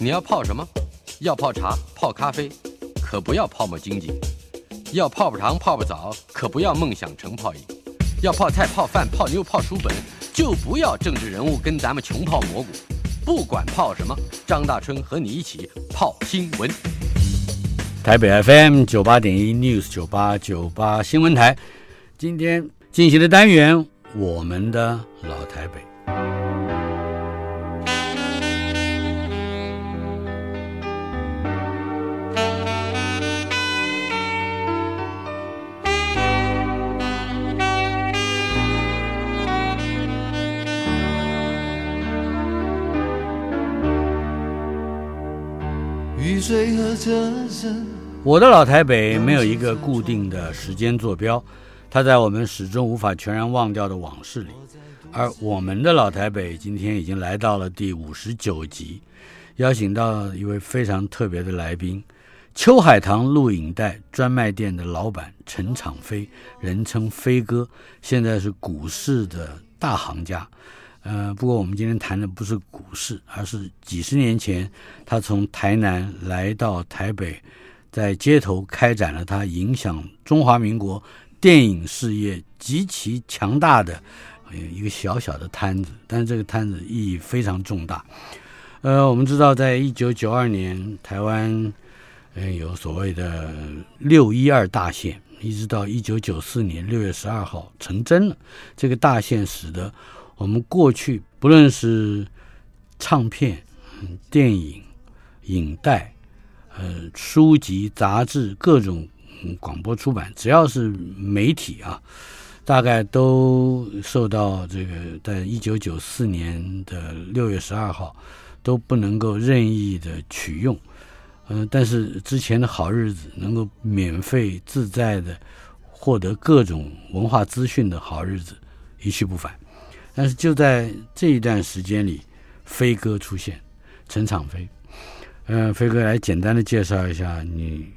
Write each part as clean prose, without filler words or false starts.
你要泡什么？要泡茶、泡咖啡，可不要泡沫经济；要泡泡糖、泡泡澡，可不要梦想成泡影；要泡菜、泡饭、泡妞、泡书本，就不要政治人物跟咱们穷泡蘑菇。不管泡什么，张大春和你一起泡新闻。 台北 FM 98.1 News 98新闻台，今天进行的单元，我们的老台北。我的老台北没有一个固定的时间坐标，它在我们始终无法全然忘掉的往事里。而我们的老台北今天已经来到了第59集，邀请到一位非常特别的来宾，秋海棠录影带专卖店的老板陈昶飞，人称飞哥，现在是股市的大行家。不过我们今天谈的不是股市，而是几十年前他从台南来到台北，在街头开展了他影响中华民国电影事业极其强大的一个小小的摊子，但是这个摊子意义非常重大。我们知道在1992年台湾有所谓的612大限，一直到1994年6月12号成真了。这个大限使得我们过去不论是唱片、电影、影带、书籍、杂志、各种广播出版，只要是媒体啊，大概都受到这个在1994年的6月12号都不能够任意的取用。但是之前的好日子，能够免费自在的获得各种文化资讯的好日子一去不返。但是就在这一段时间里，飞哥出现，陈昶飞。飞哥来简单的介绍一下，你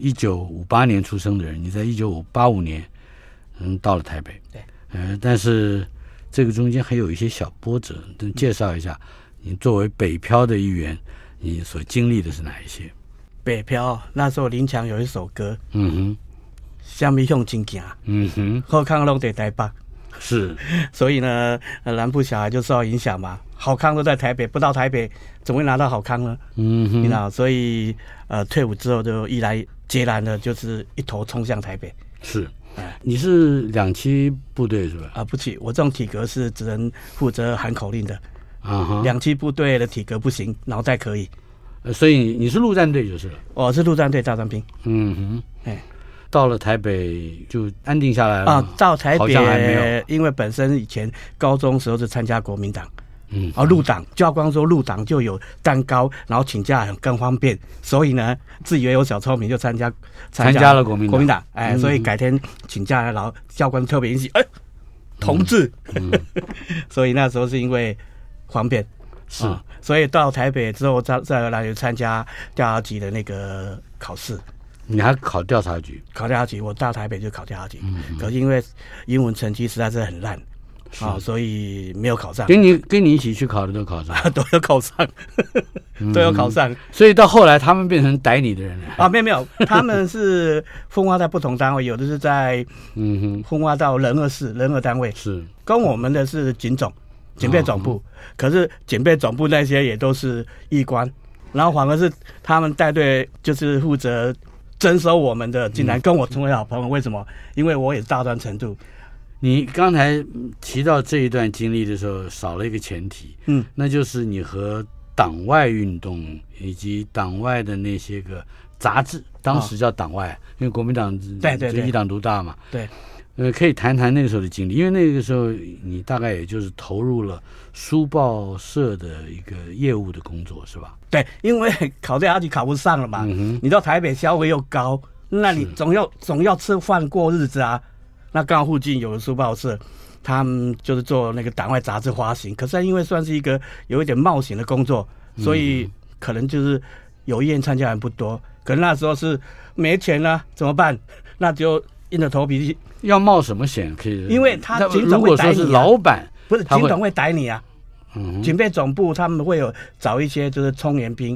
1958年出生的人，你在1985年到了台北。 对。 但是这个中间还有一些小波折，介绍一下你作为北漂的一员，你所经历的是哪一些？ 北漂那时候林强有一首歌，什么向前行，好康拢在台北。 是， 所以呢，南部小孩就受到影响嘛。好康都在台北，不到台北怎么会拿到好康呢？你知道，所以退伍之后就毅然决然的，就是一头冲向台北。 是，你是2栖部队是吧？ 不起，我这种体格是只能负责喊口令的。2栖部队的体格不行，脑袋可以。 所以你是陆战队就是了。 我是陆战队大专兵。 到了台北就安定下来了到台好像还没有， 北，因为本身以前高中时候是参加国民党，入党，教官说入党就有蛋糕，然后请假更方便，所以呢，自以为有小聪明就参加了国民党，所以改天请假，然后教官特别引起，同志，所以那时候是因为方便， 是， 所以到台北之后再而来就参加调查局的那个考试。 你还考调查局？ 考调查局，我到台北就考调查局，可是因为英文成绩实在是很烂，所以没有考上。 跟你一起去考的都考上， 都有考上，都有考上。 所以到后来他们变成逮你的人了没有，他们是分化在不同单位，有的是在分化到人二单位， 是跟我们的是警备总部，可是警备总部那些也都是役官，然后反而是他们带队就是负责征收我们的，竟然跟我成为好朋友。为什么？因为我也是大专程度。 你刚才提到这一段经历的时候，少了一个前提，那就是你和党外运动以及党外的那些个杂志，当时叫党外，因为国民党对一党独大嘛。 对。 可以谈谈那个时候的经历，因为那个时候你大概也就是投入了书报社的一个业务的工作，是吧？ 对，因为考调查局考不上了嘛，你到台北消费又高，那你总要吃饭过日子啊。那刚好附近有个书报社，他们就是做那个党外杂志发行，可是因为算是一个有一点冒险的工作，所以可能就是有意愿参加人不多。可能那时候是没钱了，怎么办？那就硬着头皮。 要冒什么险？可以， 因为他警总会逮你， 如果说是老板， 不是警总会逮你啊。警备总部他们会有找一些就是充员兵，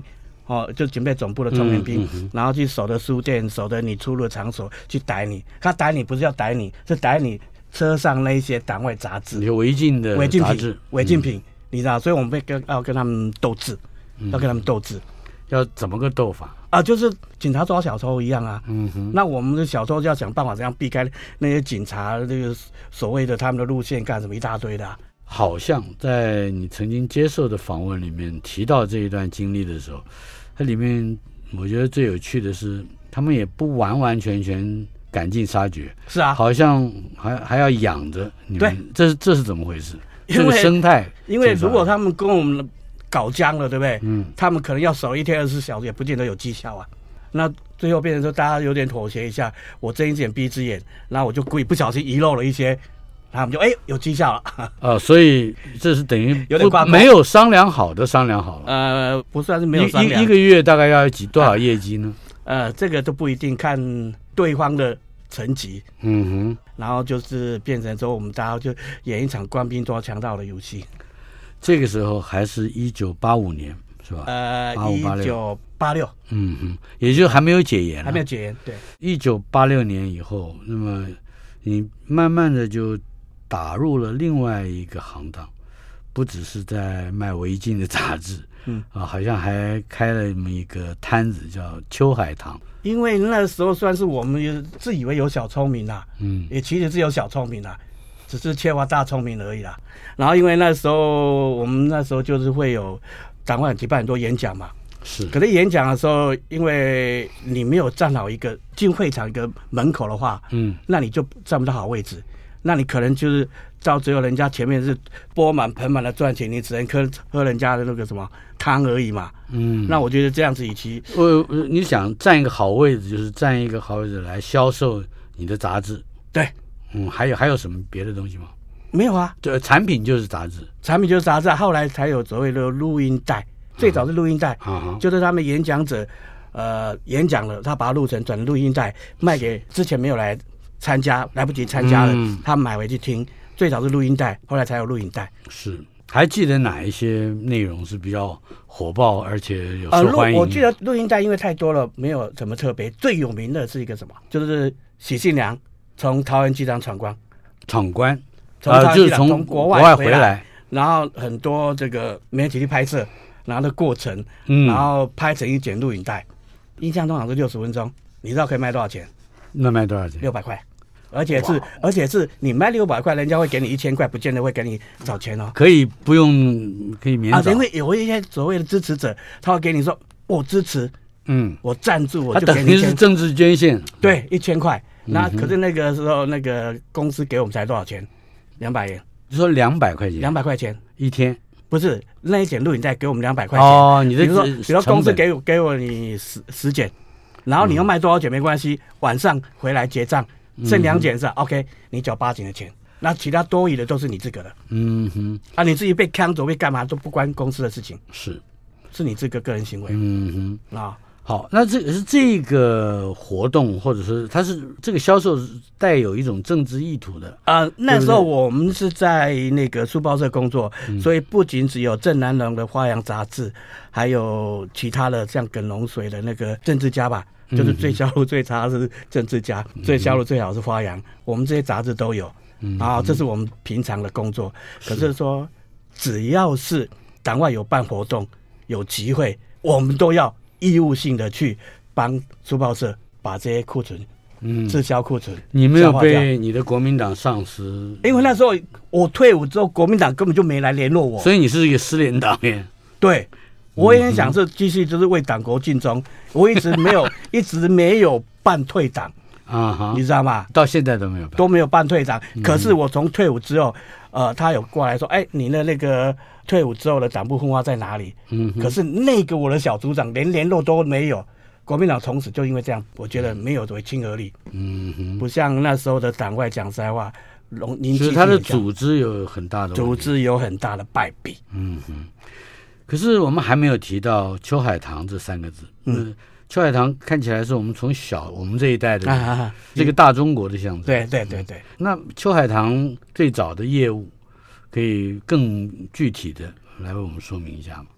就警备总部的中联兵，然后去守的书店，守的你出入的场所，去逮你。他逮你不是要逮你，是逮你车上那一些党外杂志， 有违禁的杂志、 违禁品，你知道，所以我们要跟他们斗智，要跟他们斗智。 要怎么个斗法啊？就是警察抓小偷一样啊。那我们的小偷就要想办法怎样避开那些警察这个所谓的他们的路线，干什么一大堆的啊。 好像在你曾经接受的访问里面提到这一段经历的时候，它里面我觉得最有趣的是，他们也不完完全全赶尽杀绝， 是啊， 好像还要养着你们，这是怎么回事？这个生态， 因为如果他们跟我们搞僵了，对不对？他们可能要守一天24小时，也不见得有绩效啊。那最后变成说大家有点妥协一下，我睁一只眼闭一只眼，然后我就故意不小心遗漏了一些。他们就有绩效了所以这是等于有点没有商量好的商量好了。不算是没有商量。 一个月大概要多少业绩呢？ 这个都不一定，看对方的层级。然后就是变成说我们大家就演一场官兵抓强盗的游戏。 这个时候还是1985年是吧 ？1986。 也就还没有解严。 还没有解严，对。 1986年以后，那么你慢慢的就打入了另外一个行当，不只是在卖违禁的杂志，好像还开了这么一个摊子叫秋海棠。 因为那时候算是我们自以为有小聪明啦，也其实是有小聪明啦，只是缺乏大聪明而已啦。然后因为我们那时候就是会有党外举办很多演讲嘛， 是。可是演讲的时候，因为你没有站好一个进会场一个门口的话，那你就站不到好位置。那你可能就是到最后人家前面是钵满盆满的赚钱，你只能喝人家的那个什么汤而已嘛。那我觉得这样子，与其你想站一个好位置，就是站一个好位置来销售你的杂志。 对， 还有什么别的东西吗？ 没有啊， 对，产品就是杂志， 后来才有所谓的录音带。最早是录音带，就是他们演讲者演讲了，他把它录成转录音带，卖给之前没有来参加来不及参加了，他买回去听。最早是录音带，后来才有录影带。 是，还记得哪一些内容是比较火爆而且有受欢迎？ 我记得录音带因为太多了，没有什么特别。最有名的是一个什么？就是许信良从桃园机场闯关， 就是从国外回来， 然后很多这个媒体去拍摄，然后的过程，然后拍成一剪录影带，印象中好像是60分钟。你知道可以卖多少钱？ 那卖多少钱 ？600块。而且是你卖600块，人家会给你1000块，不见得会给你找钱哦。 可以不用，可以免找。 因为有一些所谓的支持者，他会给你说我支持，我赞助，我就给你1000。 等于是政治捐献。 对，1000块。那可是那个时候那个公司给我们才多少钱？200元。 你说200块钱 ？200块钱一天？ 不是，那一剪录影带给我们200块钱。 你的比如说公司给我你10剪，然后你要卖多少剪没关系，晚上回来结账。剩2剪是 OK， 你缴8剪的钱，那其他多余的都是你自个的。你自己被坑走被干嘛都不关公司的事情，是你这个个人行为。 好，那这个活动或者是它是这个销售带有一种政治意图的那时候我们是在那个书报社工作，所以不仅只有郑南榕的花样杂志，还有其他的像耿龙水的那个政治家吧。就是最销路最差是政治家，最销路最好是花样。我们这些杂志都有，这是我们平常的工作。可是说，只要是党外有办活动、有集会，我们都要义务性的去帮书报社把这些库存，滞销库存。 你没有被你的国民党上司？ 因为那时候我退伍之后，国民党根本就没来联络我， 所以你是一个失联党员。 对。我也很想是继续就是为党国尽忠，我一直没有办退党你知道吗？ 到现在都没有办退党。可是我从退伍之后，他有过来说，你的那个退伍之后的党部分化在哪里？可是那个我的小组长连联络都没有。国民党从此就因为这样，我觉得没有为亲和力。不像那时候的党外，讲实在话， 所以他的组织有很大的败笔。 可是我们还没有提到秋海棠这3个字。秋海棠看起来是我们从小我们这一代的这个大中国的象征。 对。 那秋海棠最早的业务，可以更具体的来为我们说明一下吗？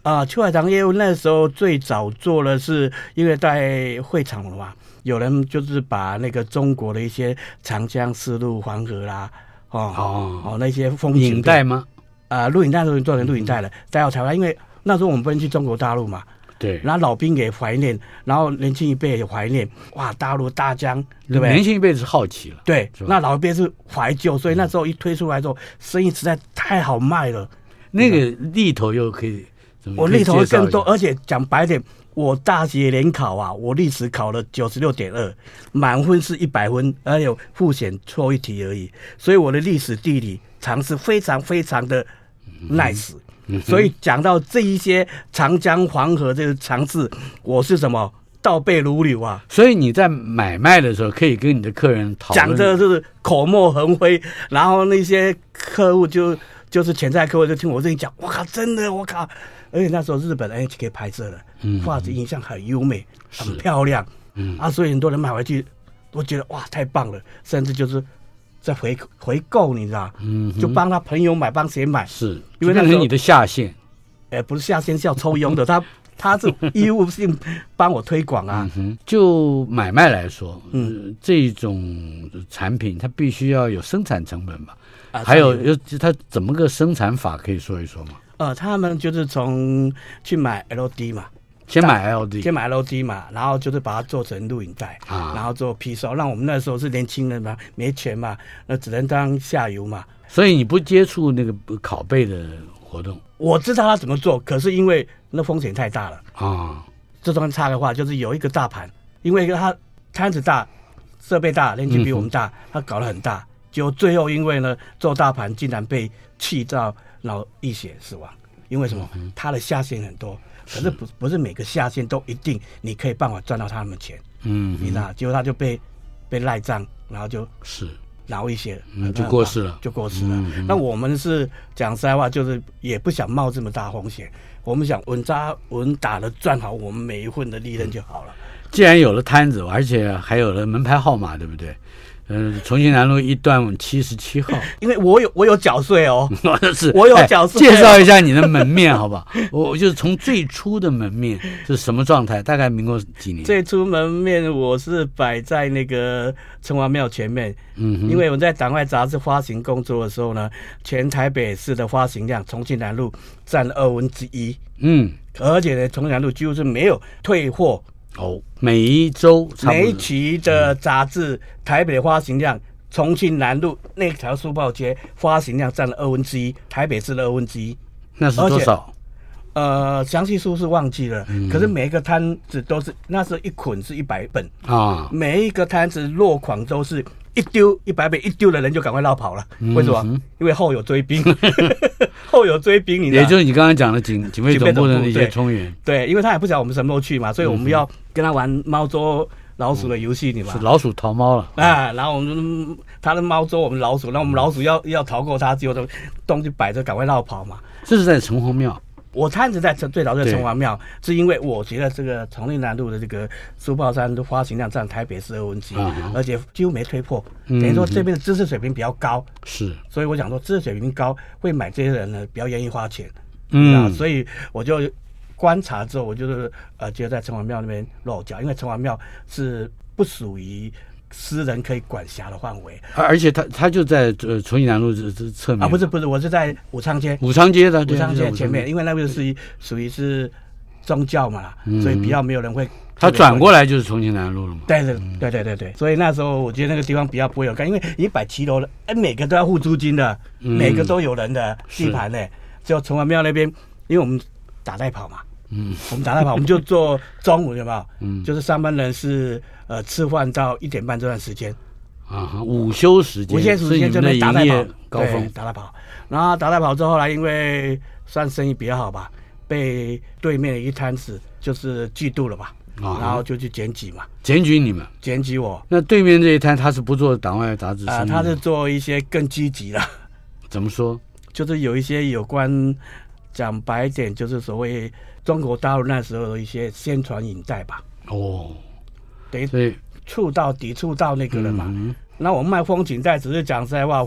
秋海棠业务那时候最早做的是，因为在会场了嘛，有人就是把那个中国的一些长江丝路、黄河啦，那些风景影带吗？ 录影带都做成录影带了，带到台湾，因为那时候我们不能去中国大陆嘛。 对， 然后老兵也怀念，然后年轻一辈也怀念，哇，大陆大江，对不对？ 年轻一辈是好奇了， 对，那老一辈是怀旧，所以那时候一推出来之后，生意实在太好卖了。 那个里头又可以， 我里头更多，而且讲白点，我大学联考啊，我历史考了96.2，满分是100分，而有复选错一题而已，所以我的历史地理常识非常非常的 nice。所以讲到这一些长江黄河这个常识，我是什么倒背如流啊。 所以你在买卖的时候，可以跟你的客人讨论， 讲的就是口沫横飞，然后那些客户就是潜在客户就听我这里讲，我靠，真的，我靠！而且那时候日本 NHK 拍摄的，画质影像很优美，很漂亮，所以很多人买回去都觉得哇，太棒了，甚至就是在回购，你知道，就帮他朋友买，帮谁买？ 是， 因为那是你的下线， 不是下线，是要抽佣的，他是义务性帮我推广啊。 就买卖来说，这种产品它必须要有生产成本吧？还有它怎么个生产法可以说一说吗？ 他们就是从去买 LD 嘛。 先买 LD 嘛，然后就是把它做成录影带，然后做批售。让我们那时候是年轻人嘛，没钱嘛，那只能当下游嘛。 所以你不接触那个拷贝的活动？ 我知道他怎么做，可是因为那风险太大了啊。 这段差的话，就是有一个大盘，因为他摊子大、设备大、年纪比我们大，他搞得很大，结果最后因为呢做大盘，竟然被气到脑溢血死亡。因为什么？他的下线很多。可是不是每个下线都一定你可以办法赚到他们钱，你知道？结果他就被赖账，然后就是脑溢血， 就过世了， 那我们是讲实在话，就是也不想冒这么大风险，我们想稳扎稳打的赚好我们每一份的利润就好了。 既然有了摊子，而且还有了门牌号码，对不对？重庆南路1段77号， 因为我有缴税哦， 是我有缴税。 介绍一下你的门面，好吧？我就是从最初的门面是什么状态？大概民国几年？ 最初门面我是摆在那个城隍庙前面，因为我在党外杂志发行工作的时候呢，全台北市的发行量，重庆南路占1/2，而且呢，重庆南路几乎是没有退货。 每一周每一期的杂志，台北的发行量，重庆南路那条书报街发行量占了1/2，台北市的1/2。 那是多少？ 详细数是忘记了。可是每一个摊子都是，那时候一捆是100本啊，每一个摊子落款都是一丢100本，一丢的人就赶快绕跑了。为什么？因为后有追兵，后有追兵，你知道？ 也就是你刚刚讲的警卫总部的那些冲员。 对，因为他也不晓得我们什么时候去嘛，所以我们要跟他玩猫捉老鼠的游戏，你嘛。 是老鼠逃猫了然后我们他的猫捉我们老鼠，那我们老鼠要逃过他，结果东西摆着赶快绕跑嘛。 这是在城隍庙。 我摊子在最早在城隍庙，是因为我觉得这个重庆南路的这个书报山的发行量占台北市2/2，而且几乎没推破，等于说这边的知识水平比较高， 是， 所以我想说知识水平高会买这些人呢比较愿意花钱，所以我就观察之后，我就是就在城隍庙那边落脚，因为城隍庙是不属于私人可以管辖的范围， 而且他就在重庆南路这侧面不是，我是在武昌街前面，因为那边是属于是宗教嘛，所以比较没有人会。 他转过来就是重庆南路了嘛。 对，所以那时候我觉得那个地方比较不会有干，因为你摆骑楼了，每个都要付租金的，每个都有人的地盘呢。只有城隍庙那边，因为我们打代跑嘛。我们打代跑，我们就做中午，有没有？就是上班人是吃饭到1点半这段时间午休时间就能打代跑高峰打代跑，然后打代跑之后来，因为算生意比较好吧，被对面的一摊子就是嫉妒了吧，然后就去检举嘛， 检举你们， 检举我。 那对面这一摊他是不做党外杂志生意他是做一些更积极的。 怎么说？ 就是有一些有关，讲白一点，就是所谓中国大陆那时候的一些宣传影带吧。等于抵触到那个了嘛。那我们卖风景带只是讲实在话，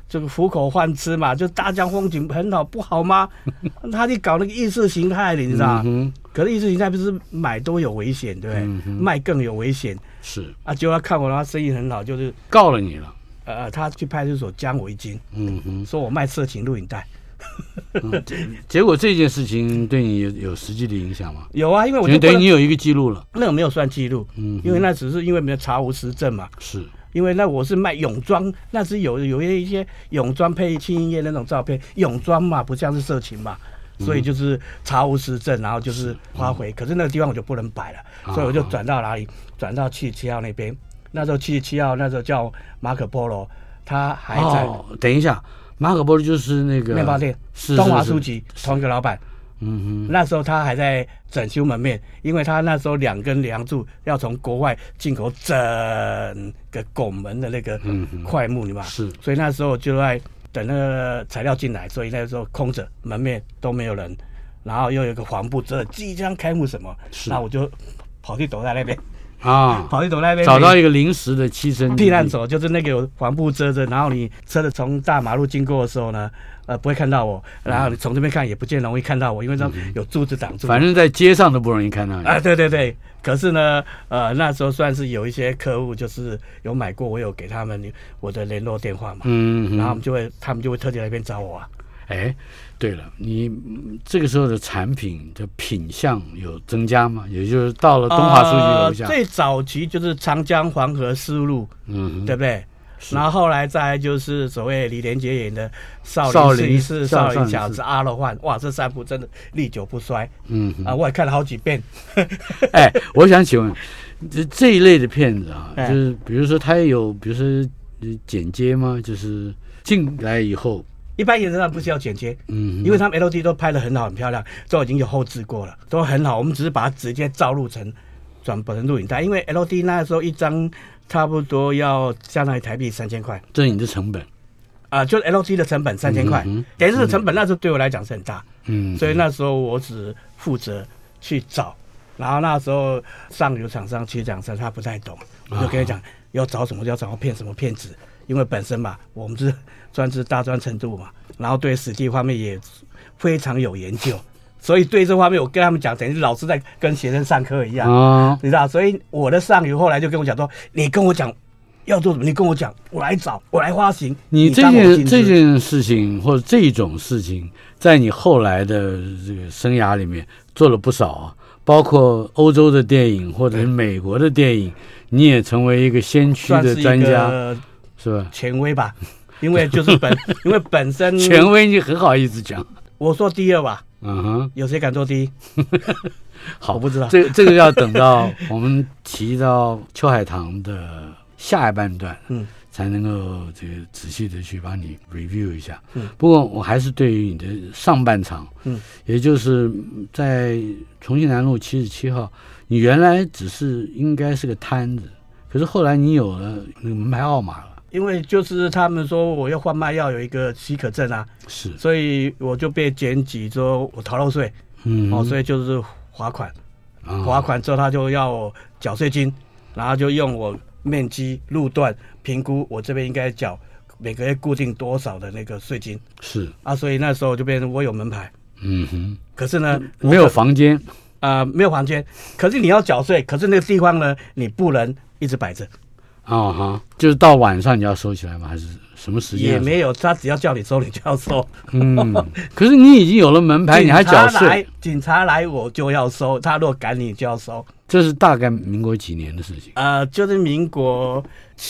这个糊口饭吃嘛，就大江风景很好，不好吗？他去搞那个意识形态，你知道？可是意识形态不是买都有危险，对不对？卖更有危险。 是啊，结果他看我，他生意很好，就是告了你了。 他去派出所将我一军，说我卖色情录影带。 结果这件事情对你有实际的影响吗？ 有啊，因为我就等于你有一个记录了。 那个没有算记录，因为那只是因为没有查无实证嘛。 是。 因为那我是卖泳装，那是有一些泳装配轻音乐那种照片，泳装嘛，不像是色情嘛，所以就是查无实证，然后就是发回。可是那个地方我就不能摆了，所以我就转到哪里？转到77号那边。那时候77号那时候叫马可波罗，他还在。 等一下，马可波罗就是那个面包店，东华书局同一个老板。那时候他还在整修门面，因为他那时候2根梁柱要从国外进口整个拱门的那个块木，你嘛，是，所以那时候就在等那个材料进来，所以那时候空着门面都没有人，然后又有一个黄布遮，即将开幕什么，那我就跑去躲在那边。跑去躲那边， 找到一个临时的栖身避难所，就是那个有黄布遮着，然后你车子从大马路经过的时候呢，不会看到我，然后你从这边看也不见容易看到我，因为这有柱子挡住。 反正在街上都不容易看到你。 对对对。可是呢，那时候算是有一些客户就是有买过，我有给他们我的联络电话嘛，然后他们就会特地来那边找我啊。 对了，你这个时候的产品的品项有增加吗？也就是到了东华书局楼下， 最早期就是长江黄河丝路，对不对？然后后来再来就是所谓李连杰演的少林寺少林小子阿罗汉，哇，这3部真的历久不衰。我也看了好几遍。 我想请问，这一类的片子啊，就是比如说它有，比如说剪接吗？就是进来以后。 一般演员上不需要剪接，因为他们 LD 都拍得很好很漂亮，都已经有后制过了，都很好。我们只是把它直接照录成转成录影带，因为 LD 那时候一张差不多要相当于台币3000块， 这是你的成本就是 LD 的成本3000块，电视的成本那时候对我来讲是很大，所以那时候我只负责去找，然后那时候上游厂商其实讲他不太懂，我就跟他讲要找什么要找什么片子。因为本身嘛，我们算是大专程度嘛，然后对实际方面也非常有研究，所以对这方面我跟他们讲，等于老师在跟学生上课一样，你知道？所以我的上游后来就跟我讲说，你跟我讲要做什么，你跟我讲，我来找，我来发行。 你这件事情或者这种事情，在你后来的这个生涯里面做了不少啊，包括欧洲的电影或者是美国的电影，你也成为一个先驱的专家。是吧？ 权威吧，因为就是因为本身权威，你很好意思讲。 我说第2吧，有谁敢做第1？ 好， 我不知道。 这个要等到我们提到秋海棠的下一半段，才能够这个仔细的去帮你 review 一下。不过我还是对于你的上半场，也就是在重庆南路77号，你原来只是应该是个摊子，可是后来你有了那个门牌号码了。 因为就是他们说我要换卖要有一个许可证啊， 是， 所以我就被检举说我逃漏税，所以就是罚款，罚款之后他就要我缴税金，然后就用我面积路段评估我这边应该缴每个月固定多少的那个税金， 是所以那时候就变成我有门牌，可是呢没有房间， 没有房间，可是你要缴税，可是那个地方呢你不能一直摆着。 就是到晚上你要收起来吗？还是什么时间？ 也没有，他只要叫你收，你就要收。 可是你已经有了门牌，你还缴税？ 警察来我就要收，他若赶你就要收。 这是大概民国几年的事情？ 就是民国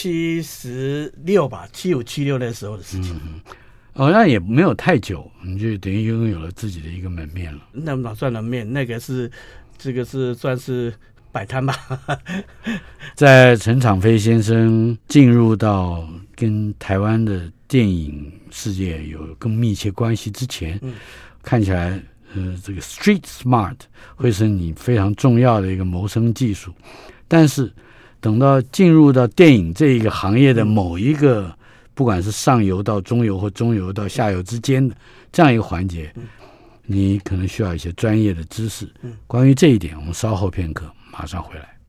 76吧，75、76那时候的事情。 那也没有太久，你就等于拥有了自己的一个门面了。 那哪算门面？这个是算是摆摊吧。 在陈敞飞先生进入到跟台湾的电影世界有更密切关系之前，看起来这个 street smart 会是你非常重要的一个谋生技术，但是等到进入到电影这一个行业的某一个不管是上游到中游或中游到下游之间的这样一个环节，你可能需要一些专业的知识。关于这一点我们稍后片刻马上回来。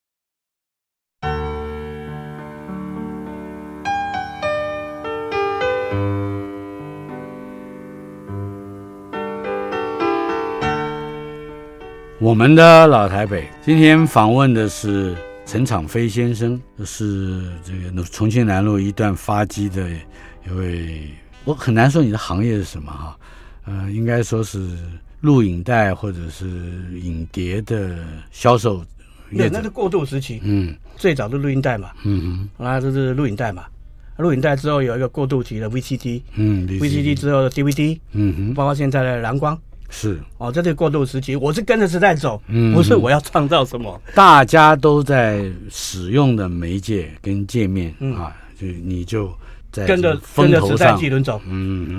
我们的老台北，今天访问的是陈昶飞先生，是这个重庆南路一段发迹的一位，我很难说你的行业是什么哈，应该说是录影带或者是影碟的销售业者。 对，那是过渡时期。最早是录音带嘛，那就是录影带嘛。录影带之后有一个过渡期的 VCD，VCD 之后的 DVD，包括现在的蓝光。 是哦，这是过渡时期，我是跟着时代走，不是我要创造什么。 大家都在使用的媒介跟界面啊，你就在跟着时代巨轮走。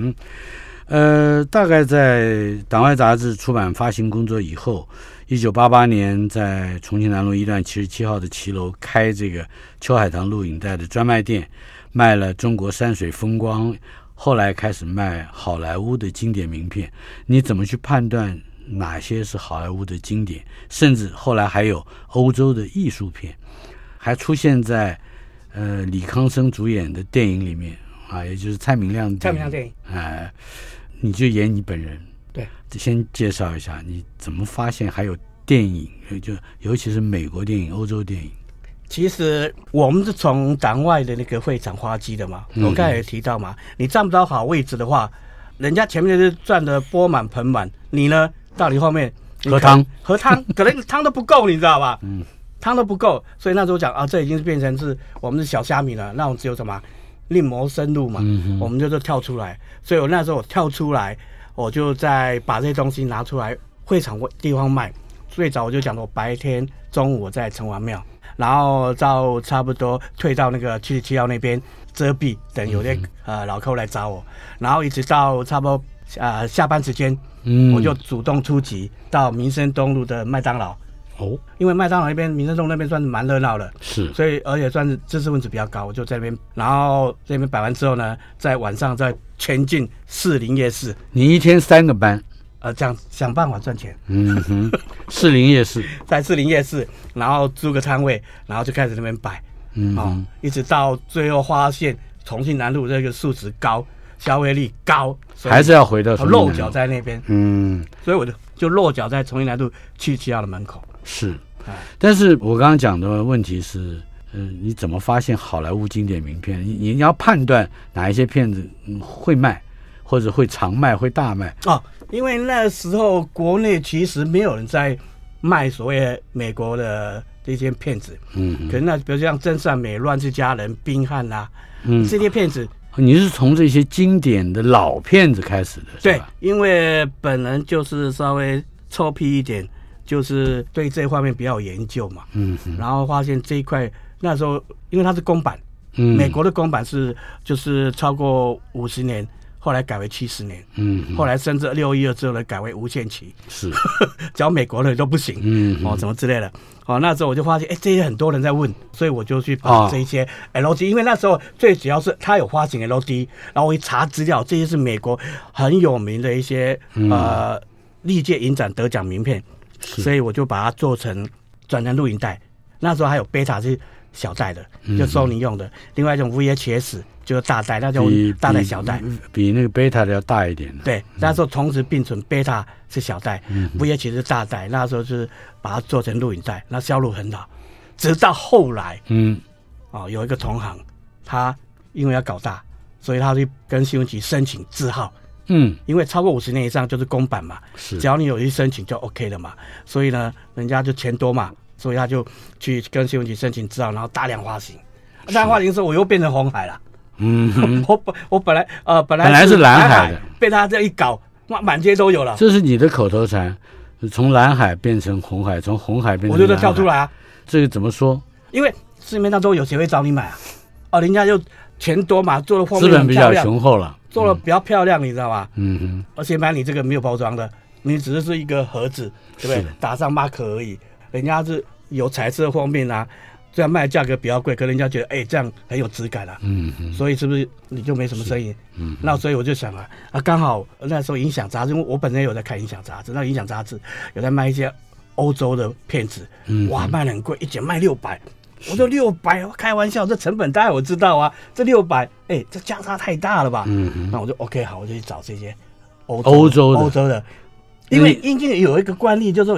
大概在党外杂志出版发行工作以后，1988年在重庆南路1段77号的骑楼开这个秋海棠录影带的专卖店，卖了中国山水风光，后来开始卖好莱坞的经典名片。你怎么去判断哪些是好莱坞的经典？甚至后来还有欧洲的艺术片，还出现在李康生主演的电影里面啊，也就是蔡明亮电影。你就演你本人。 对， 先介绍一下你怎么发现还有电影，就尤其是美国电影、欧洲电影。 其实我们是从党外的那个会场花机的嘛，我刚才也提到嘛，你站不到好位置的话，人家前面就是赚得钵满盆满，你呢到你后面喝汤可能汤都不够，你知道吧？汤都不够，所以那时候讲啊，这已经是变成是我们是小虾米了，那我们只有什么另谋生路嘛，我们就是跳出来。所以我那时候我跳出来，我就再把这些东西拿出来会场地方卖。最早我就讲我白天中午我在城隍庙，然后到差不多退到那个77号那边遮蔽，等有些老客户来找我，然后一直到差不多下班时间，我就主动出击到民生东路的麦当劳。因为麦当劳那边民生东路那边算是蛮热闹的， 是， 所以而且算是知识分子比较高，我就在那边，然后这边摆完之后呢，在晚上再前进士林夜市。 你一天3个班？ 这样想办法赚钱。 士林夜市， 在士林夜市，然后租个摊位，然后就开始那边摆，一直到最后发现重庆南路这个素质高，消费力高， 还是要回到落脚在那边。所以我就落脚在重庆南路77号的门口。 是，但是我刚刚讲的问题是，你怎么发现好莱坞经典名片？你要判断哪一些片子会卖，或者会常卖，会大卖因为那时候国内其实没有人在卖所谓美国的这些片子，可能那比如像《真善美》《乱世佳人》《冰汉》啊，这些片子。 你是从这些经典的老片子开始的？ 对，因为本人就是稍微臭屁一点，就是对这方面比较有研究嘛。然后发现这一块那时候，因为它是公版，美国的公版是就是超过50年。后来改为70年，后来甚至612之后呢改为无限期， 是， 只要美国人都不行，什么之类的，那时候我就发现，这些很多人在问，所以我就去把这些 LD，因为那时候最主要是他有发行 LD， 然后我一查资料，这些是美国很有名的一些历届影展得奖名片，所以我就把它做成转成录影带。那时候还有 Beta 是小袋的，就收你用的，另外一种 VHS。就是大袋，那叫大袋小袋， 比那个贝塔的要大一点。 对，那时候同时并存，贝塔是小袋，VH 是大袋。那时候就是把它做成录影带，那销路很好。直到后来，有一个同行，他因为要搞大，所以他去跟新闻局申请字号。因为超过50年以上就是公版嘛，只要你有去申请就 OK 了嘛。所以呢，人家就钱多嘛，所以他就去跟新闻局申请字号，然后大量发行。大量发行之后，我又变成红海了。我本来是蓝海的，被他这一搞，满街都有了。 这是你的口头禅，从蓝海变成红海，从红海变成蓝海， 我就跳出来啊。 这个怎么说？ 因为市面上都有谁会找你买啊？人家就钱多嘛，做的封面资本比较雄厚了， 做的比较漂亮，你知道吗？而且买你这个没有包装的，你只是一个盒子，对不对？打上 mark 而已，人家是有彩色封面啊。虽然卖的价格比较贵，可人家觉得这样很有质感啊，所以是不是你就没什么生意？那所以我就想刚好那时候影响杂志，因为我本身有在看影响杂志，那影响杂志有在卖一些欧洲的片子，哇，卖得很贵，一卷卖600，我说600，开玩笑，这成本大概我知道啊，这600，这价差太大了吧？那我就 OK 好，我就去找这些欧洲的。因为英经有一个惯例，就是说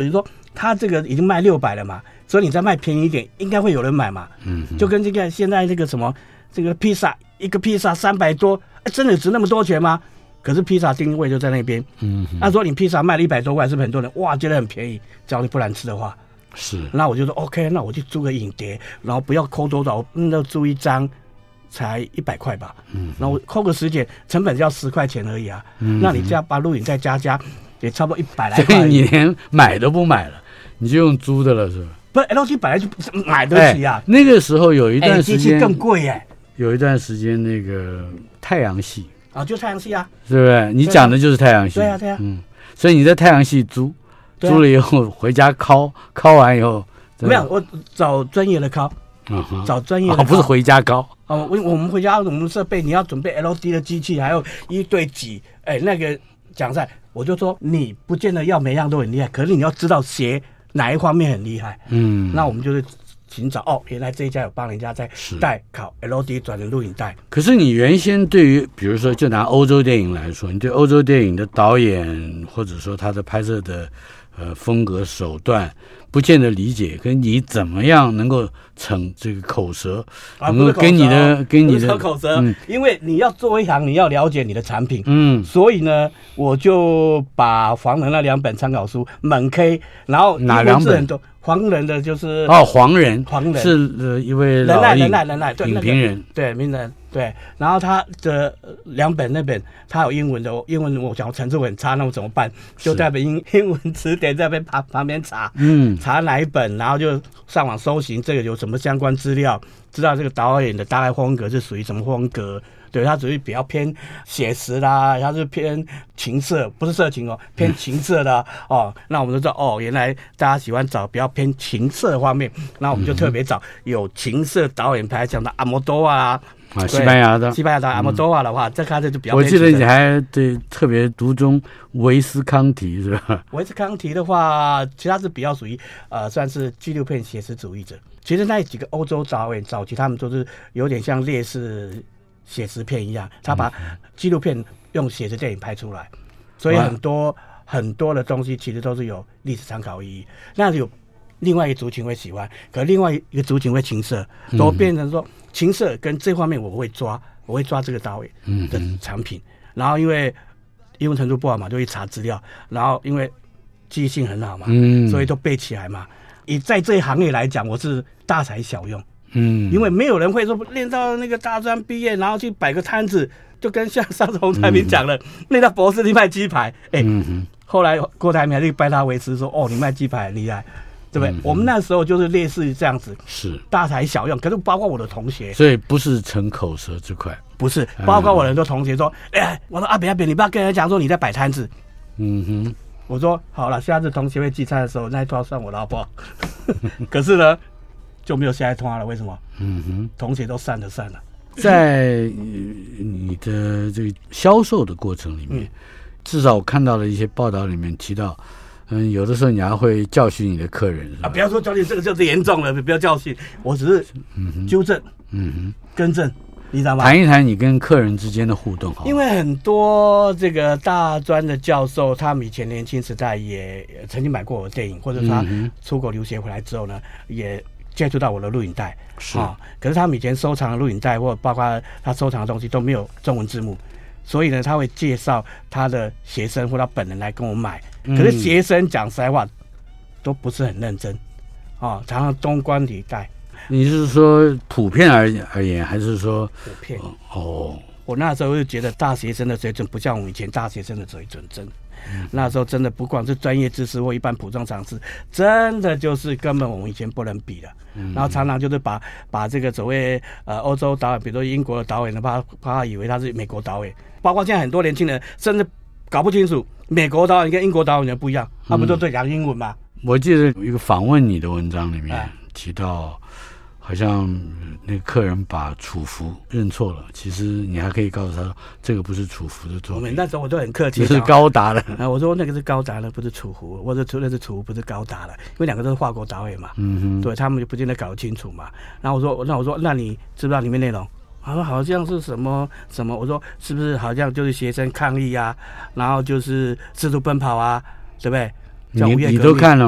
他这个已经卖600了嘛，所以你再卖便宜一点，应该会有人买嘛。就跟这个现在这个什么这个披萨，一个披萨300多，真的值那么多钱吗？可是披萨定位就在那边。那说你披萨卖了100多块，是不是很多人哇觉得很便宜？只要你不难吃的话， 是。 那我就说 OK， 那我去租个影碟，然后不要抠多少，那租一张才100块吧。然后我抠个10剪，成本只要10块钱而已啊。那你这样把录影再加，也差不多100来块。 所以你连买都不买了，你就用租的了，是吧？ 不是 LD 本来就买得起啊。 那个时候有一段时间机器更贵耶。 有一段时间那个太阳系啊，就太阳系啊， 是不是？你讲的就是太阳系。 对啊，对啊。 所以你在太阳系租了以后回家敲完以后， 没有，我找专业的敲。找专业的不是回家敲。 我们回家我们设备你要准备 LD 的机器，还有一对几，那个讲在，我就说你不见得要每样都很厉害，可是你要知道写哪一方面很厉害。那我们就是寻找原来这一家有帮人家在代考 LD 转成录影带。 可是你原先对于比如说就拿欧洲电影来说，你对欧洲电影的导演或者说他的拍摄的风格手段不见得理解，跟你怎么样能够成这个口舌，能够跟你的口舌，因为你要做一行，你要了解你的产品。所以呢，我就把黄人那2本参考书猛 K， 然后哪2本？ 黄人的就是黄人是一位老人赖影评人， 对名人对，然后他的2本那本他有英文的，英文我讲程度很差，那我怎么办？就带本英文词典在旁边查，查哪一本，然后就上网搜寻这个有什么相关资料，知道这个导演的大概风格是属于什么风格。对，他属于比较偏写实啦，他是偏情色，不是色情偏情色的那我们就知道原来大家喜欢找比较偏情色方面，那我们就特别找有情色导演拍，像阿莫多瓦西班牙的阿莫多瓦的话，这开始就比较。 我记得你还对特别独钟维斯康提是吧？ 维斯康提的话，其实他是比较属于算是纪录片写实主义者。其实那几个欧洲导演早期他们都是有点像烈士写实片一样，他把纪录片用写实电影拍出来，所以很多的东西其实都是有历史参考意义。那有另外一个族群会喜欢，可另外一个族群会情色，都变成说情色跟这方面我会抓这个导演的产品。然后因为英文程度不好嘛，就去查资料，然后因为记忆性很好嘛，所以都背起来嘛。以在这一行业来讲，我是大材小用。因为没有人会说练到那个大专毕业，然后去摆个摊子，就跟像上次洪台铭讲了，练到博士你卖鸡排，后来郭台铭还是拜他为师说，你卖鸡排很厉害，对不对？我们那时候就是类似于这样子， 是大材小用。可是包括我的同学， 所以不是成口舌这块， 不是，包括我的很多同学说，我说阿扁，你不要跟人讲说你在摆摊子，我说好了，下次同学会聚餐的时候，那一桌算我了，好不好？可是呢。就没有下一通了，为什么？同学都散了。 在你的这个销售的过程里面，至少我看到了一些报道里面提到，有的时候你还会教训你的客人不要说教训，这个就是严重了，不要教训，我只是纠正，更正，你知道吗？ 谈一谈你跟客人之间的互动好。 因为很多这个大专的教授，他们以前年轻时代也曾经买过我的电影，或者他出国留学回来之后呢，也接触到我的录影带，可是他们以前收藏的录影带，或包括他收藏的东西都没有中文字幕，所以呢，他会介绍他的学生或他本人来跟我买。可是学生讲实在话，都不是很认真，常常东关里带。 你是说普遍而言，还是说普遍？我那时候就觉得大学生的水准不像我们以前大学生的水准，真的。那时候真的不管是专业知识或一般普通常识，真的就是根本我们以前不能比的。然后常常就是把这个所谓欧洲导演，比如说英国的导演的话，他以为他是美国导演，包括现在很多年轻人甚至搞不清楚美国导演跟英国导演的不一样，他不都在讲英文吗？ 我记得有一个访问你的文章里面提到，好像那个客人把楚服认错了，其实你还可以告诉他说，这个不是楚服的作品。 那时候我都很客气， 这是高达的。 我说那个是高达的，不是楚服。我说那是楚服，不是高达的，因为两个都是法国导演嘛。对，他们就不见得搞得清楚嘛。然后我说，那你知不知道里面内容？他说好像是什么什么。我说是不是好像就是学生抗议啊，然后就是四处奔跑啊，对不对？ 你都看了吗？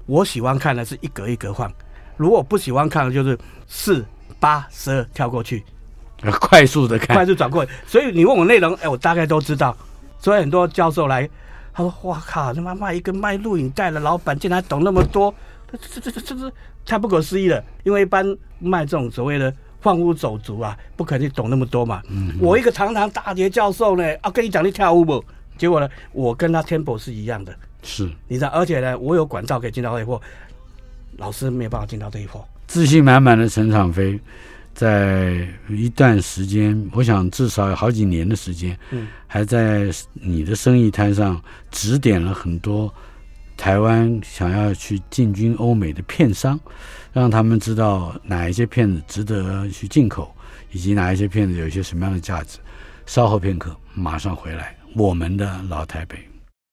我喜欢看的是一格一格放，如果不喜欢看的就是4、8、12跳过去， 快速的看， 快速转过去。所以你问我内容，我大概都知道。所以很多教授来，他说：“哇靠，他妈卖一个卖录影带的老板竟然懂那么多，这太不可思议了。因为一般卖这种所谓的放屋走卒啊，不可能懂那么多嘛。我一个堂堂大学教授呢，跟你讲你跳舞不？结果呢，我跟他 tempo 是一样的， 是你知道，而且呢，我有管道可以进到这一货，老师没有办法进到这一货。 自信满满的陈长飞。在一段时间，我想至少有好几年的时间，还在你的生意摊上指点了很多台湾想要去进军欧美的片商，让他们知道哪一些片子值得去进口，以及哪一些片子有一些什么样的价值。稍后片刻，马上回来，我们的老台北。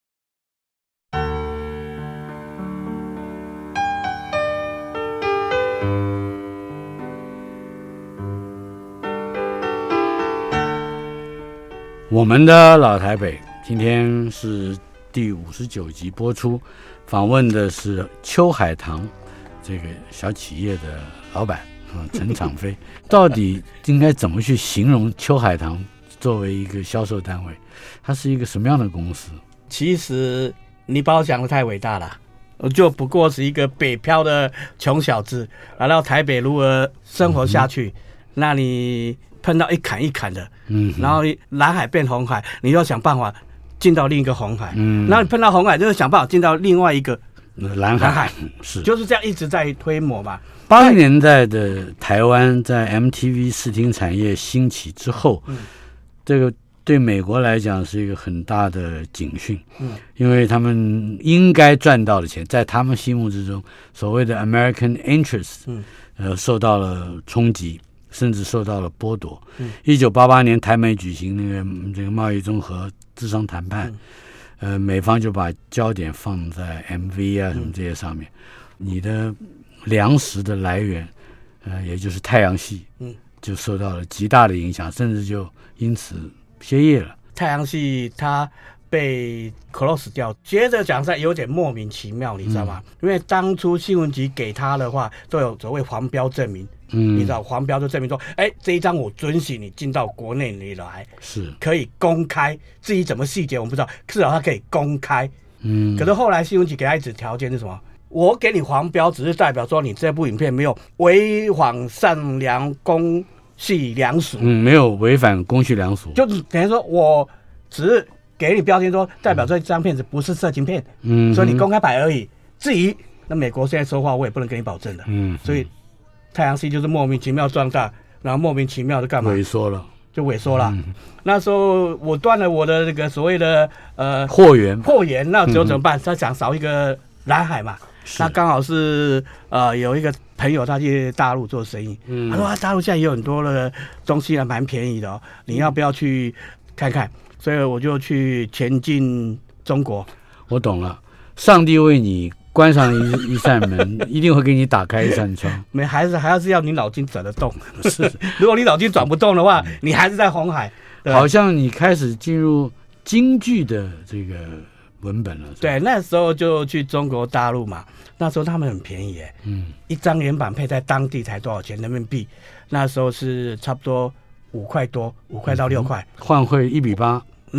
我们的老台北，今天是第59集播出，访问的是秋海棠这个小企业的老板陈长飞。到底应该怎么去形容秋海棠作为一个销售单位？它是一个什么样的公司？ 其实你把我讲得太伟大了，我就不过是一个北漂的穷小子，来到台北如何生活下去，那你碰到一坎一坎的，然后蓝海变红海，你要想办法进到另一个红海，然后你碰到红海，就是想办法进到另外一个蓝海，是就是这样一直在推磨嘛。 80年代的台湾在 MTV 视听产业兴起之后，这个对美国来讲是一个很大的警讯，因为他们应该赚到的钱，在他们心目之中，所谓的 American interest，受到了冲击。甚至受到了剥夺。1988年台美举行这个贸易综合咨商谈判，美方就把焦点放在 MV 啊什么这些上面。你的粮食的来源，也就是太阳系，就受到了极大的影响，甚至就因此歇业了。 太阳系它被 close 掉，接着讲在有点莫名其妙，你知道吗？因为当初新闻局给他的话都有所谓黄标证明，你知道黄标就证明说，这一张我准许你进到国内里来，是可以公开，至于怎么细节我们不知道，至少它可以公开。可是后来新闻局给他一纸条件是什么？我给你黄标只是代表说你这部影片没有违反善良公序良俗， 没有违反公序良俗， 就等于说我只是给你标签说代表这张片子不是色情片，所以你公开摆而已。至于那美国现在说话，我也不能给你保证的，所以太阳系就是莫名其妙壮大，然后莫名其妙的干嘛？ 萎缩了， 就萎缩了。那时候我断了我的这个所谓的货源， 那只有怎么办？他想少一个蓝海嘛。那刚好是有一个朋友他去大陆做生意，他说大陆现在有很多的东西还蛮便宜的哦，你要不要去看看？所以我就去前进中国。 我懂了，上帝为你关上一扇门，一定会给你打开一扇窗。 还是要你脑筋转得动。是，如果你脑筋转不动的话，你还是在红海。 好像你开始进入京剧的这个文本了。 对，那时候就去中国大陆嘛，那时候他们很便宜耶，一张原版配在当地才多少钱人民币？那时候是差不多5块多，5块到6块， 换汇1:8。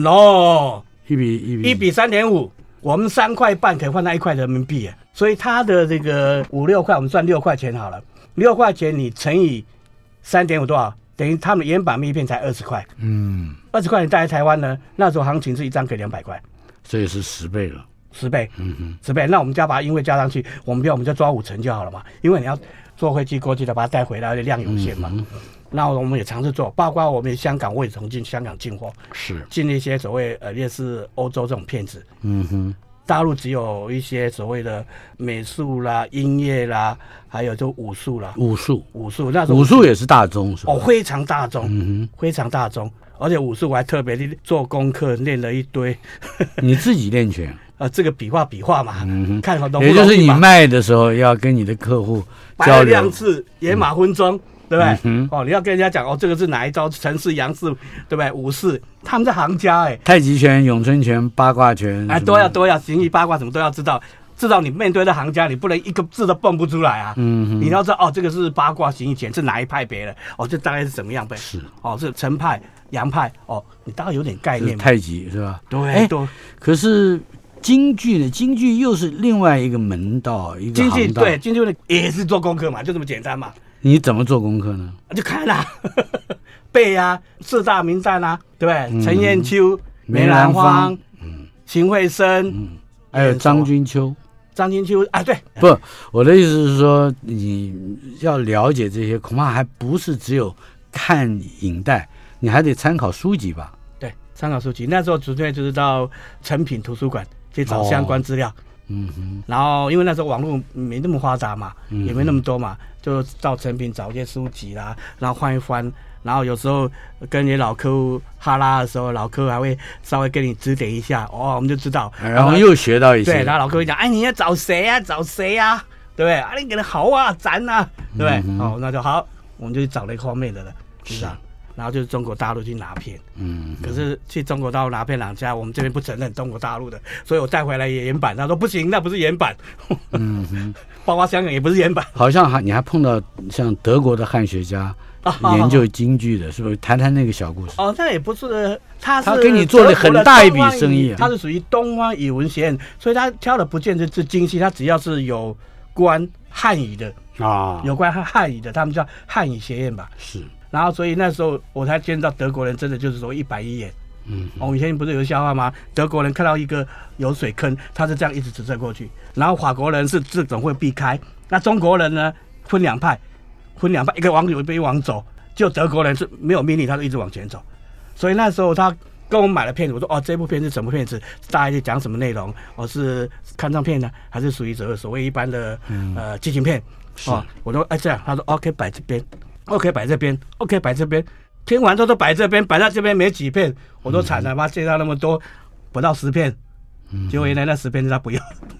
No， 1比 3.5，我们3块半可以换到1块人民币耶，所以它的这个5、6块，我们算6块钱好了，6块钱你乘以3.5多少？等于他们原版密片才20块，20块你带来台湾呢，那时候行情是一张给200块， 所以是10倍了 ，10倍，10倍。那我们把因为加上去，我们就抓5成就好了嘛，因为你要坐飞机过去的，把它带回来的量有限嘛。那我们也尝试做，包括我们香港，我也从香港进货，是进一些所谓类似欧洲这种片子。大陆只有一些所谓的美术啦、音乐啦，还有就武术啦。武术，那武术也是大宗，是吧？ 非常大宗，非常大宗。而且武术我还特别做功课，练了一堆。 你自己练拳？ 这个比划嘛，看好懂不懂？ 也就是你卖的时候要跟你的客户交流， 量次野马分鬃。对不对？你要跟人家讲这个是哪一招陈氏、杨氏，对不对？武士，他们是行家太极拳、咏春拳、八卦拳， 都要形意八卦什么都要知道。 至少你面对的行家，你不能一个字都蹦不出来啊。你要知道这个是八卦形意拳，是哪一派别的？这大概是怎么样呗？ 是是陈派、杨派你大概有点概念。 太极是吧？ 对， 可是京剧呢？京剧又是另外一个门道，一个行当。 对，京剧也是做功课嘛，就这么简单嘛。 你怎么做功课呢？ 就看啊，背啊，四大名旦啊，对不对？陈砚秋、梅兰芳、秦桧生， 还有张君秋。 张君秋对， 不，我的意思是说，你要了解这些，恐怕还不是只有看影带，你还得参考书籍吧？ 对，参考书籍。那时候纯粹就是到诚品图书馆去找相关资料。然后因为那时候网络没那么发达嘛，也没那么多嘛，就到诚品找一些书籍啦，然后翻一翻，然后有时候跟你老客户哈拉的时候，老客户还会稍微跟你指点一下，我们就知道， 然后又学到一些。 对，然后老客户讲，你要找谁啊？找谁啊？对不对？你给他好啊，赞啊，对不对？那就好，我们就去找那个方面的了，是这样。然后就是中国大陆去拿片，可是去中国大陆拿片两家，我们这边不承认中国大陆的，所以我带回来也原版，他说不行，那不是原版，包括香港也不是原版。 好像你还碰到像德国的汉学家研究京剧的，是不是？谈谈那个小故事。 那也不是，他给你做了很大一笔生意， 他是属于东方语文学院，所以他挑的不见得是京戏，他只要是有关汉语的有关汉语的，他们叫汉语学院吧。 是。 然后，所以那时候我才见到德国人真的就是说110眼。以前不是有个笑话吗？德国人看到一个有水坑，他是这样一直直射过去，然后法国人是这种会避开，那中国人呢分两派，一个往右，一个往左，就德国人是没有命令，他就一直往前走。所以那时候他跟我买了片子，我说这部片是什么片子？大概是讲什么内容？是看唱片呢，还是属于所谓一般的剧情片？我说这样，他说 OK 摆这边。OK 摆这边 ，OK 摆这边，听完之后都摆这边，摆到这边没几片，我都惨了，介绍那么多，不到10片，结果原来那10片是他不要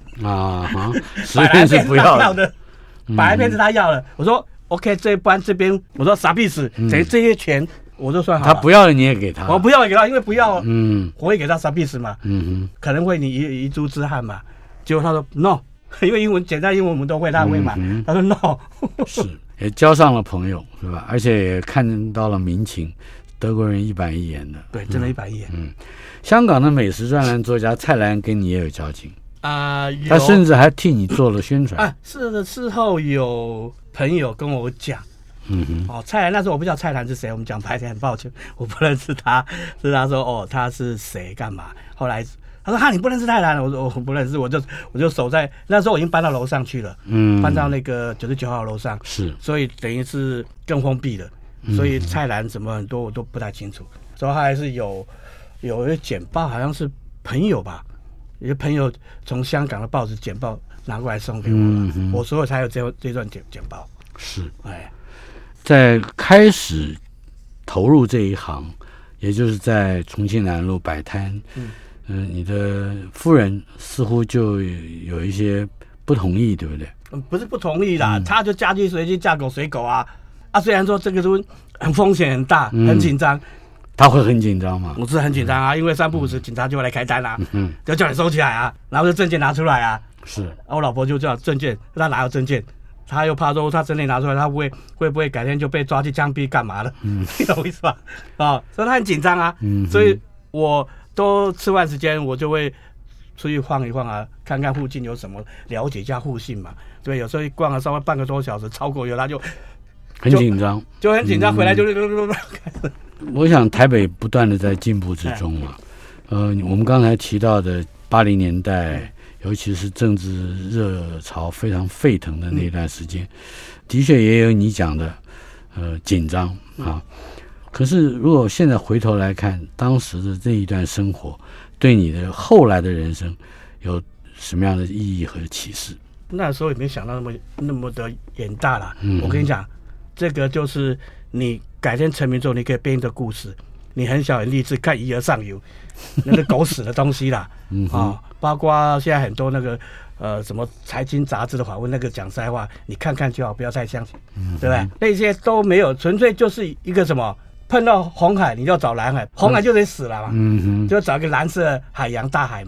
10片是不要的，摆来片是他要的。我说 OK 这边，我说啥意思？这些钱我就算好了。 他不要了你也给他？ 我不要也给他，因为不要，我会给他啥意思嘛？可能会你遗珠之憾嘛。结果他说 no， 因为英文简单英文我们都会，他会嘛？他说 no， 是。也交上了朋友，是吧？而且也看到了民情，德国人一板一眼的。 对，真的一板一眼。 香港的美食专栏作家蔡澜跟你也有交情他甚至还替你做了宣传是的，事后有朋友跟我讲，蔡澜那时候我不知道蔡澜是谁，我们讲白天很抱歉，我不认识他，是他说他是谁干嘛？后来他说你不认识蔡澜，我说我不认识，我就守在那时候我已经搬到楼上去了，搬到那个99号楼上， 是， 所以等于是更封闭了，所以蔡澜什么很多我都不太清楚，所以他还是有一个简报，好像是朋友吧，有些朋友从香港的报纸简报拿过来送给我了，我所以才有这段简报。 是，在开始投入这一行，也就是在重庆南路摆摊。你的夫人似乎就有一些不同意，对不对？ 不是不同意啦，他就嫁鸡随鸡，嫁狗随狗啊！虽然说这个都很风险很大，很紧张。 他会很紧张吗？ 我是很紧张啊，因为3不5时警察就会来开单啊，就叫你收起来啊，然后就证件拿出来啊。 是， 我老婆就叫证件，他哪有证件？他又怕说他证件拿出来，他会不会改天就被抓去枪毙干嘛了？你懂我意思吧？所以他很紧张啊。所以我都吃饭时间，我就会出去晃一晃啊，看看附近有什么，了解一下附近嘛。对，有时候一逛了稍微半个多小时，超过他就很紧张， 回来就我想台北不断的在进步之中嘛。我们刚才提到的80年代，尤其是政治热潮非常沸腾的那段时间，的确也有你讲的紧张啊。可是如果现在回头来看当时的这一段生活，对你的后来的人生有什么样的意义和启示？ 那时候也没想到那么的远大啦。我跟你讲，这个就是你改天成名之后，你可以编一个故事。你很小很励志，看《鱼儿上游》那个狗屎的东西啦，包括现在很多那个什么财经杂志的访问，那个讲实在话，你看看就好，不要太相信，对不对？那些都没有，纯粹就是一个什么，碰到红海你就找蓝海，红海就得死了嘛，就找一个蓝色海洋大海嘛。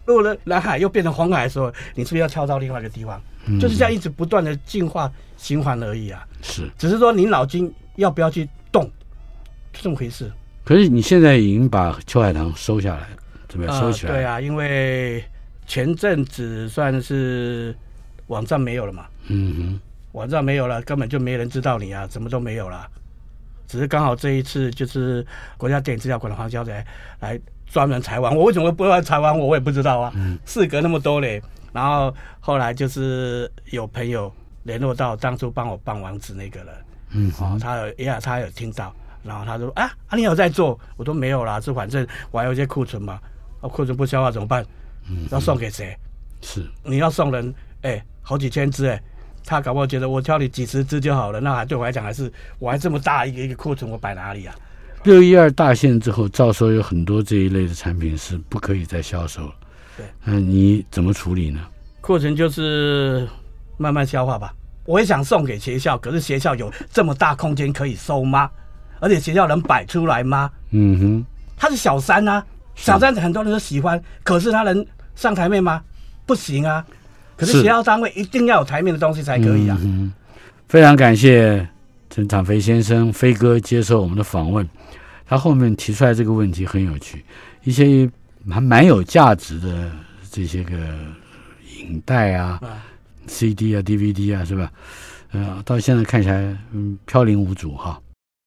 入了蓝海又变成红海的时候，你是不是要跳到另外一个地方？就是这样一直不断的进化循环而已啊。 是， 只是说你脑筋要不要去动，就这么回事。 可是你现在已经把秋海棠收下来了，怎么样收起来？ 对啊，因为前阵子算是网站没有了嘛，网站没有了，根本就没人知道你啊，什么都没有了。只是刚好这一次就是国家电影资料馆的黄小姐来专门采访我，为什么不来采访我也不知道啊。事隔那么多嘞，然后后来就是有朋友联络到当初帮我办网址那个人，他有听到，然后他说你有在做？我说没有啦，这反正我还有一些库存嘛，库存不消化怎么办？要送给谁？ 是你要送人，好几千只他搞不好觉得我挑你几十只就好了，那对我来讲我还这么大一个库存，我摆哪里啊 ？612大限之后，照说有很多这一类的产品是不可以再销售了。对，你怎么处理呢？ 库存就是慢慢消化吧。我也想送给学校，可是学校有这么大空间可以收吗？而且学校能摆出来吗？它是小山啊，小山很多人都喜欢，可是它能上台面吗？不行啊。可是学校单位一定要有台面的东西才可以啊。 非常感谢陈长飞先生飞哥接受我们的访问。他后面提出来这个问题很有趣，一些还蛮有价值的这些个影带啊、CD 啊、DVD 啊，是吧？到现在看起来飘零无主哈。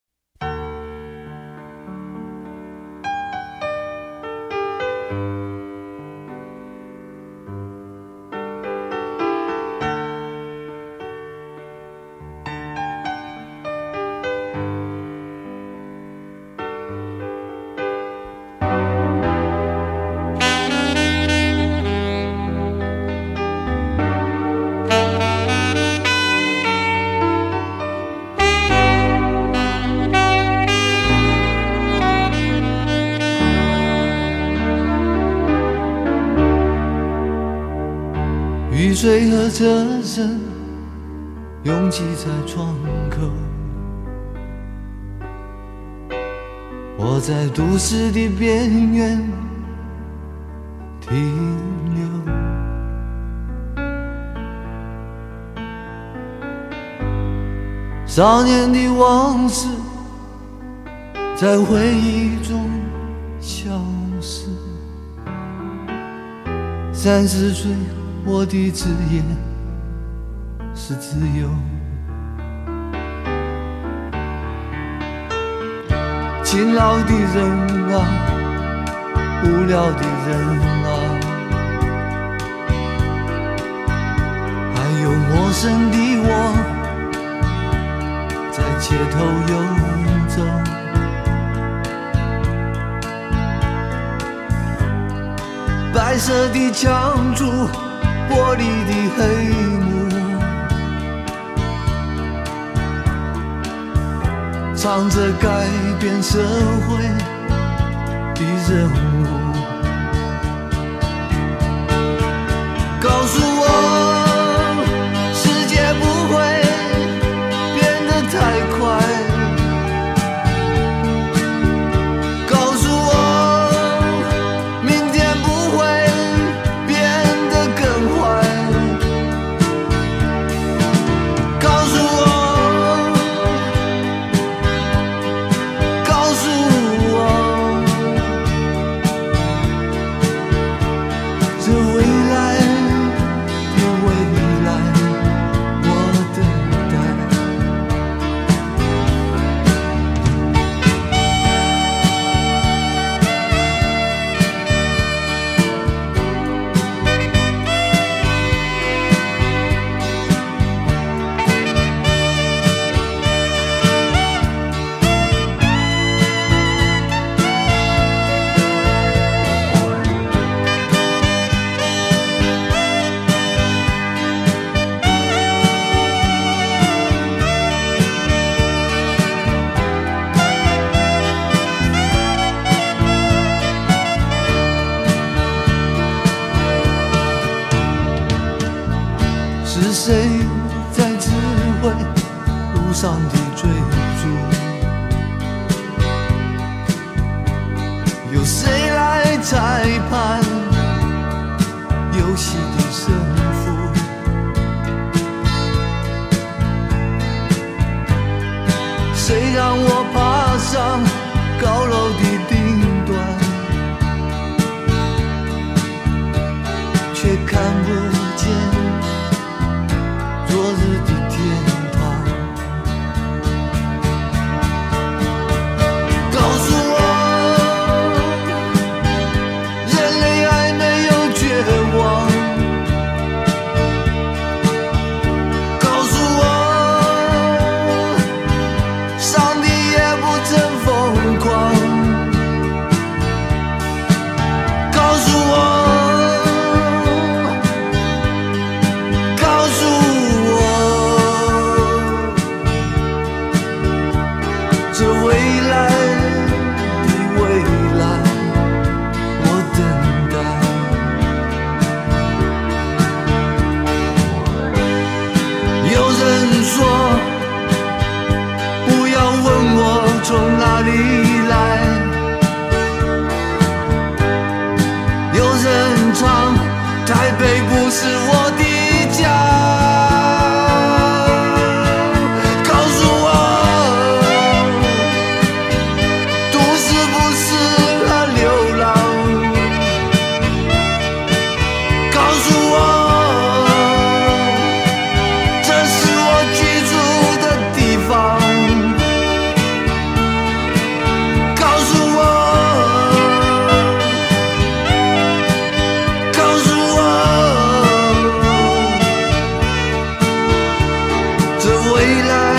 雨水和车声拥挤在窗口，我在都市的边缘停留，少年的往事在回忆中消失，30岁我的职业是自由，勤劳的人啊，无聊的人啊，还有陌生的我在街头游走，白色的墙柱，玻璃的黑幕，唱着改变社会的任务，告诉我世界不会变得太快，告诉我明天不会变得更坏，告诉我，告诉我，这未来的未来我等待。是谁在指挥路上的追逐？有谁来裁判游戏的胜负。谁让我爬上高楼的顶端，却看不见昨日的天堂。告诉我，人类还没有绝望。告诉我，上帝也不曾疯狂。告诉我，告诉我，这未来的未来，我等待。有人说，不要问我从哪里来。有人唱，台北不是我的家。告诉我，都市不适合流浪。告诉我，这是我居住的地方。告诉我，告诉我，这未来